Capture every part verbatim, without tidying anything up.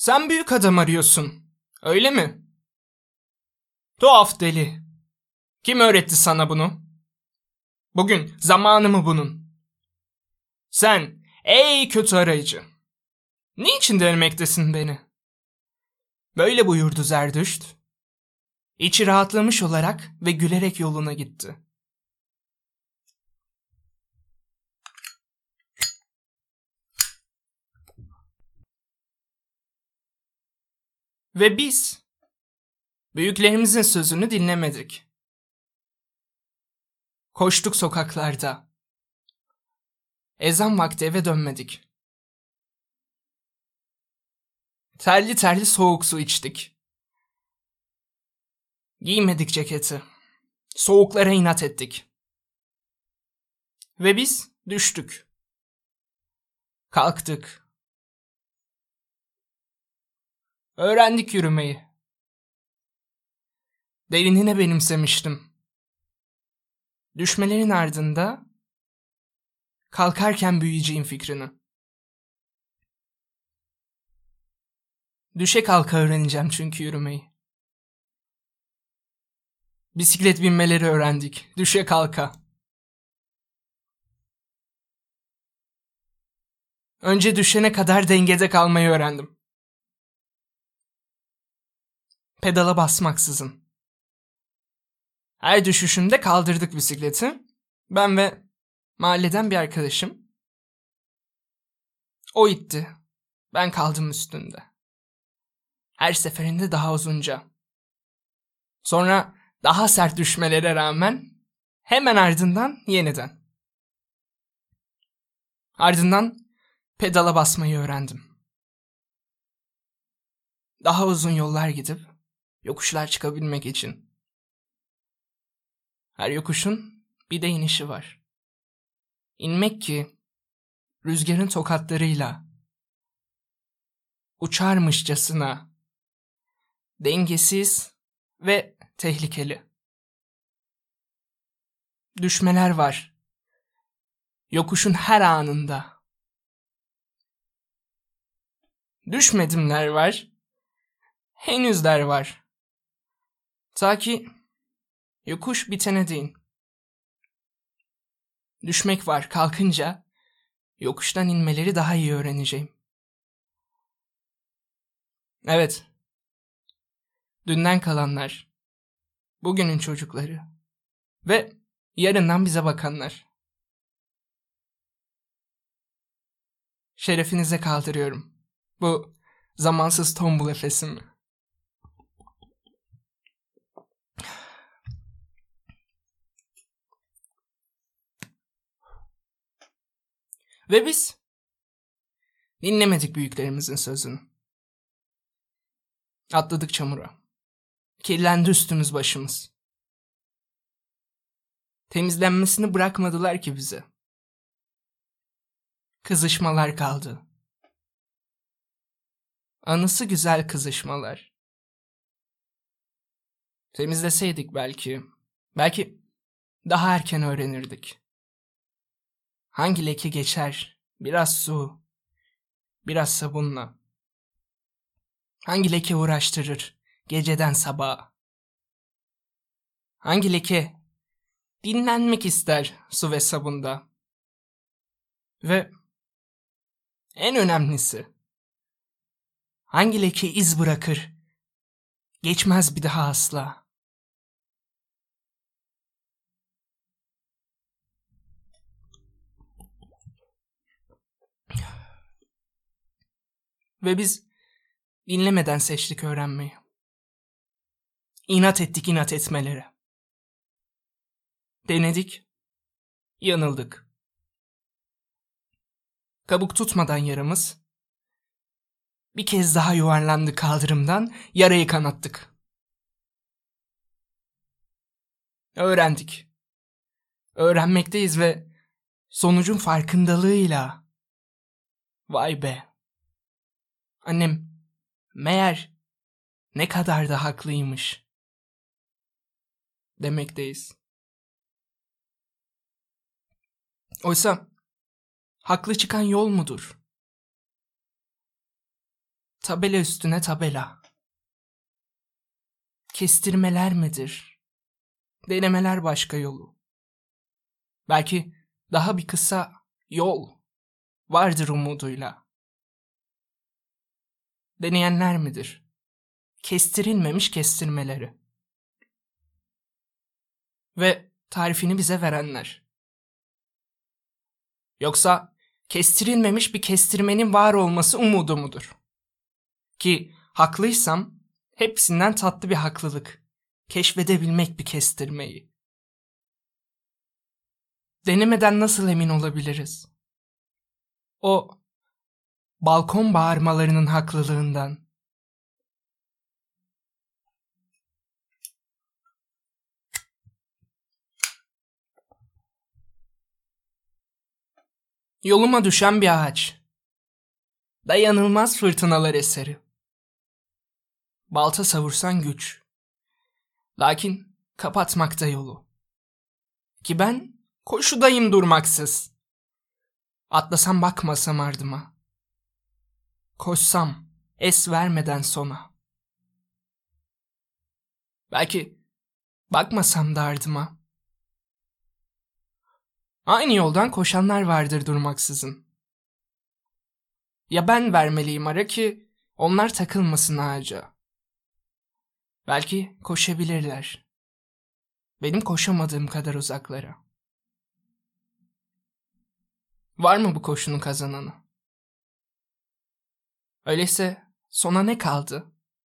Sen büyük adam arıyorsun, öyle mi? Tuhaf deli. Kim öğretti sana bunu? Bugün zamanı mı bunun? Sen, ey kötü arayıcı. Niçin denemektesin beni? Böyle buyurdu Zerdüşt. İçi rahatlamış olarak ve gülerek yoluna gitti. Ve biz, büyüklerimizin sözünü dinlemedik. Koştuk sokaklarda. Ezan vakti eve dönmedik. Terli terli soğuk su içtik. Giymedik ceketi. Soğuklara inat ettik. Ve biz düştük. Kalktık. Öğrendik yürümeyi. Derinine benimsemiştim. Düşmelerin ardında kalkarken büyüyeceğim fikrini. Düşe kalka öğreneceğim çünkü yürümeyi. Bisiklet binmeleri öğrendik. Düşe kalka. Önce düşene kadar dengede kalmayı öğrendim. Pedala basmaksızın. Her düşüşümde kaldırdık bisikleti. Ben ve mahalleden bir arkadaşım. O itti. Ben kaldım üstünde. Her seferinde daha uzunca. Sonra daha sert düşmelere rağmen hemen ardından yeniden. Ardından pedala basmayı öğrendim. Daha uzun yollar gidip yokuşlar çıkabilmek için. Her yokuşun bir de inişi var. İnmek ki rüzgarın tokatlarıyla uçarmışçasına dengesiz ve tehlikeli. Düşmeler var. Yokuşun her anında. Düşmedimler var. Henüzler var. Ta ki yokuş bitene değin. Düşmek var, kalkınca yokuştan inmeleri daha iyi öğreneceğim. Evet. Dünden kalanlar, bugünün çocukları ve yarından bize bakanlar. Şerefinize kaldırıyorum bu zamansız tombul efesimi. Ve biz dinlemedik büyüklerimizin sözünü. Atladık çamura. Kirlendi üstümüz başımız. Temizlenmesini bırakmadılar ki bize. Kızışmalar kaldı. Anısı güzel kızışmalar. Temizleseydik belki, belki daha erken öğrenirdik. Hangi leke geçer, biraz su, biraz sabunla. Hangi leke uğraştırır, geceden sabaha. Hangi leke dinlenmek ister su ve sabunda. Ve en önemlisi, hangi leke iz bırakır, geçmez bir daha asla. Ve biz dinlemeden seçtik öğrenmeyi. İnat ettik inat etmelere. Denedik, yanıldık. Kabuk tutmadan yaramız, bir kez daha yuvarlandı kaldırımdan, yarayı kanattık. Öğrendik. Öğrenmekteyiz ve sonucun farkındalığıyla. Vay be. Annem meğer ne kadar da haklıymış demekteyiz. Oysa haklı çıkan yol mudur? Tabela üstüne tabela. Kestirmeler midir? Denemeler başka yolu. Belki daha bir kısa yol vardır umuduyla. Deneyenler midir? Kestirilmemiş kestirmeleri. Ve tarifini bize verenler. Yoksa kestirilmemiş bir kestirmenin var olması umudu mudur? Ki haklıysam hepsinden tatlı bir haklılık. Keşfedebilmek bir kestirmeyi. Denemeden nasıl emin olabiliriz? O balkon bağırmalarının haklılığından. Yoluma düşen bir ağaç. Dayanılmaz fırtınalar eseri. Balta savursan güç. Lakin kapatmakta yolu. Ki ben koşudayım durmaksız. Atlasam bakmasam ardıma. Koşsam es vermeden sona. Belki bakmasam da ardıma. Aynı yoldan koşanlar vardır durmaksızın. Ya ben vermeliyim ara ki onlar takılmasın ağaca. Belki koşabilirler. Benim koşamadığım kadar uzaklara. Var mı bu koşunun kazananı? Öyleyse sona ne kaldı?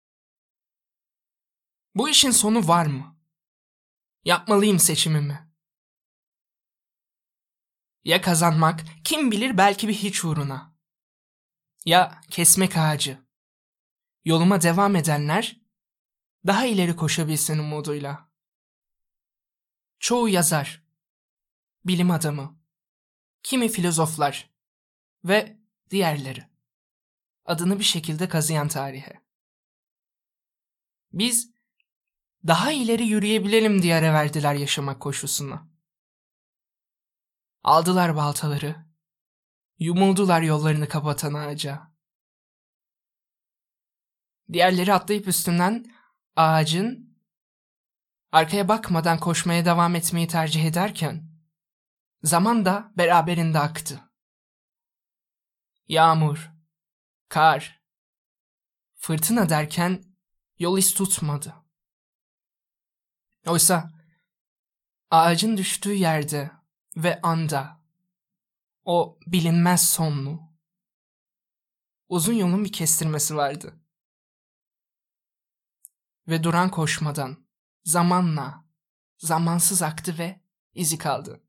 Bu işin sonu var mı? Yapmalıyım seçimimi. Ya kazanmak, kim bilir belki bir hiç uğruna. Ya kesmek ağacı. Yoluma devam edenler daha ileri koşabilsin umuduyla. Çoğu yazar, bilim adamı, kimi filozoflar ve diğerleri adını bir şekilde kazıyan tarihe. Biz daha ileri yürüyebilelim diye ara verdiler yaşamak koşusuna. Aldılar baltaları, yumuldular yollarını kapatan ağaca. Diğerleri atlayıp üstünden ağacın arkaya bakmadan koşmaya devam etmeyi tercih ederken zaman da beraberinde aktı. Yağmur, kar, fırtına derken yol iz tutmadı. Oysa ağacın düştüğü yerde ve anda o bilinmez sonlu, uzun yolun bir kestirmesi vardı. Ve duran koşmadan, zamanla, zamansız aktı ve izi kaldı.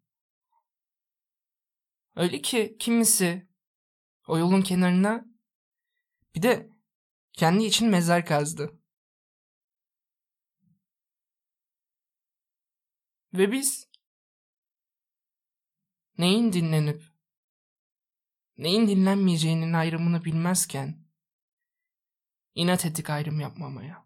Öyle ki kimisi o yolun kenarına bir de kendi için mezar kazdı. Ve biz neyin dinlenip neyin dinlenmeyeceğinin ayrımını bilmezken inat ettik ayrım yapmamaya.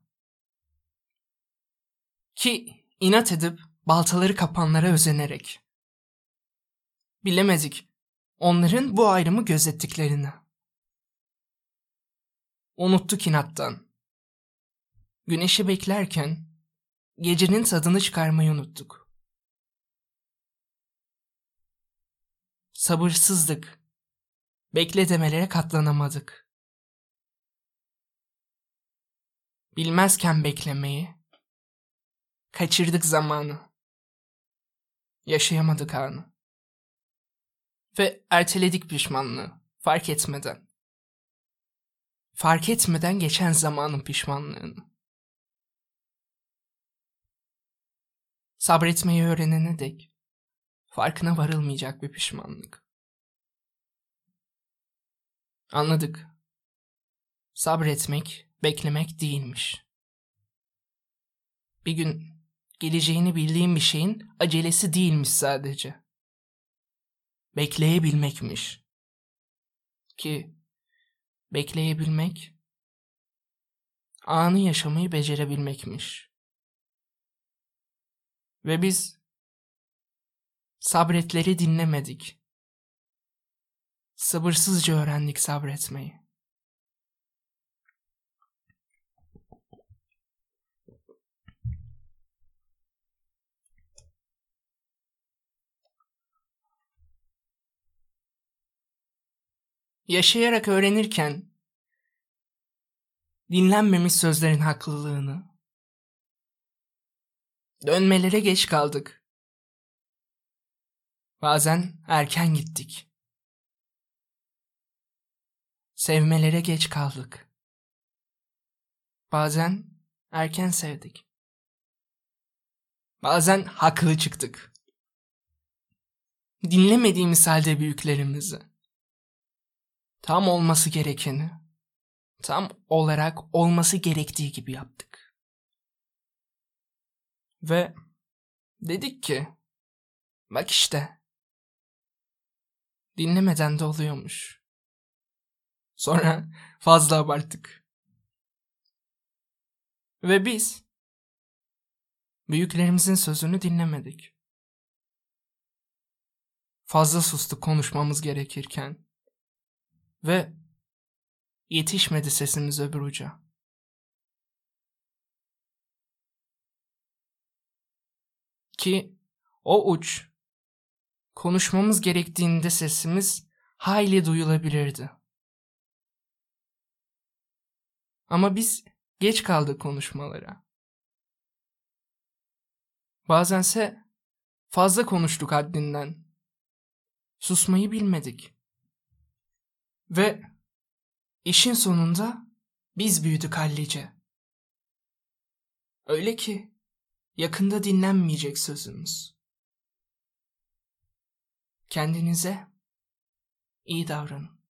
Ki inat edip baltaları kapanlara özenerek. Bilemedik onların bu ayrımı gözettiklerini. Unuttuk inattan. Güneşi beklerken gecenin tadını çıkarmayı unuttuk. Sabırsızdık. Bekle demelere katlanamadık. Bilmezken beklemeyi, kaçırdık zamanı. Yaşayamadık anı. Ve erteledik pişmanlığı, fark etmeden. Fark etmeden geçen zamanın pişmanlığını. Sabretmeyi öğrenene dek farkına varılmayacak bir pişmanlık. Anladık. Sabretmek, beklemek değilmiş. Bir gün geleceğini bildiğim bir şeyin acelesi değilmiş sadece. Bekleyebilmekmiş. Ki bekleyebilmek, anı yaşamayı becerebilmekmiş. Ve biz sabretleri dinlemedik. Sabırsızca öğrendik sabretmeyi. yaşayarak öğrenirken dinlenmemiş sözlerin haklılığını, dönmelere geç kaldık. Bazen erken gittik. Sevmelere geç kaldık. Bazen erken sevdik. Bazen haklı çıktık. Dinlemediğimiz halde büyüklerimizi, tam olması gerekeni, tam olarak olması gerektiği gibi yaptık. Ve dedik ki, bak işte, dinlemeden de oluyormuş. Sonra fazla abarttık. Ve biz, büyüklerimizin sözünü dinlemedik. Fazla sustuk konuşmamız gerekirken. Ve yetişmedi sesimiz öbür uca. Ki o uç, konuşmamız gerektiğinde sesimiz hayli duyulabilirdi. Ama biz geç kaldık konuşmalara. Bazense fazla konuştuk haddinden. Susmayı bilmedik. Ve işin sonunda biz büyüdük hallice. Öyle ki yakında dinlenmeyecek sözümüz. Kendinize iyi davranın.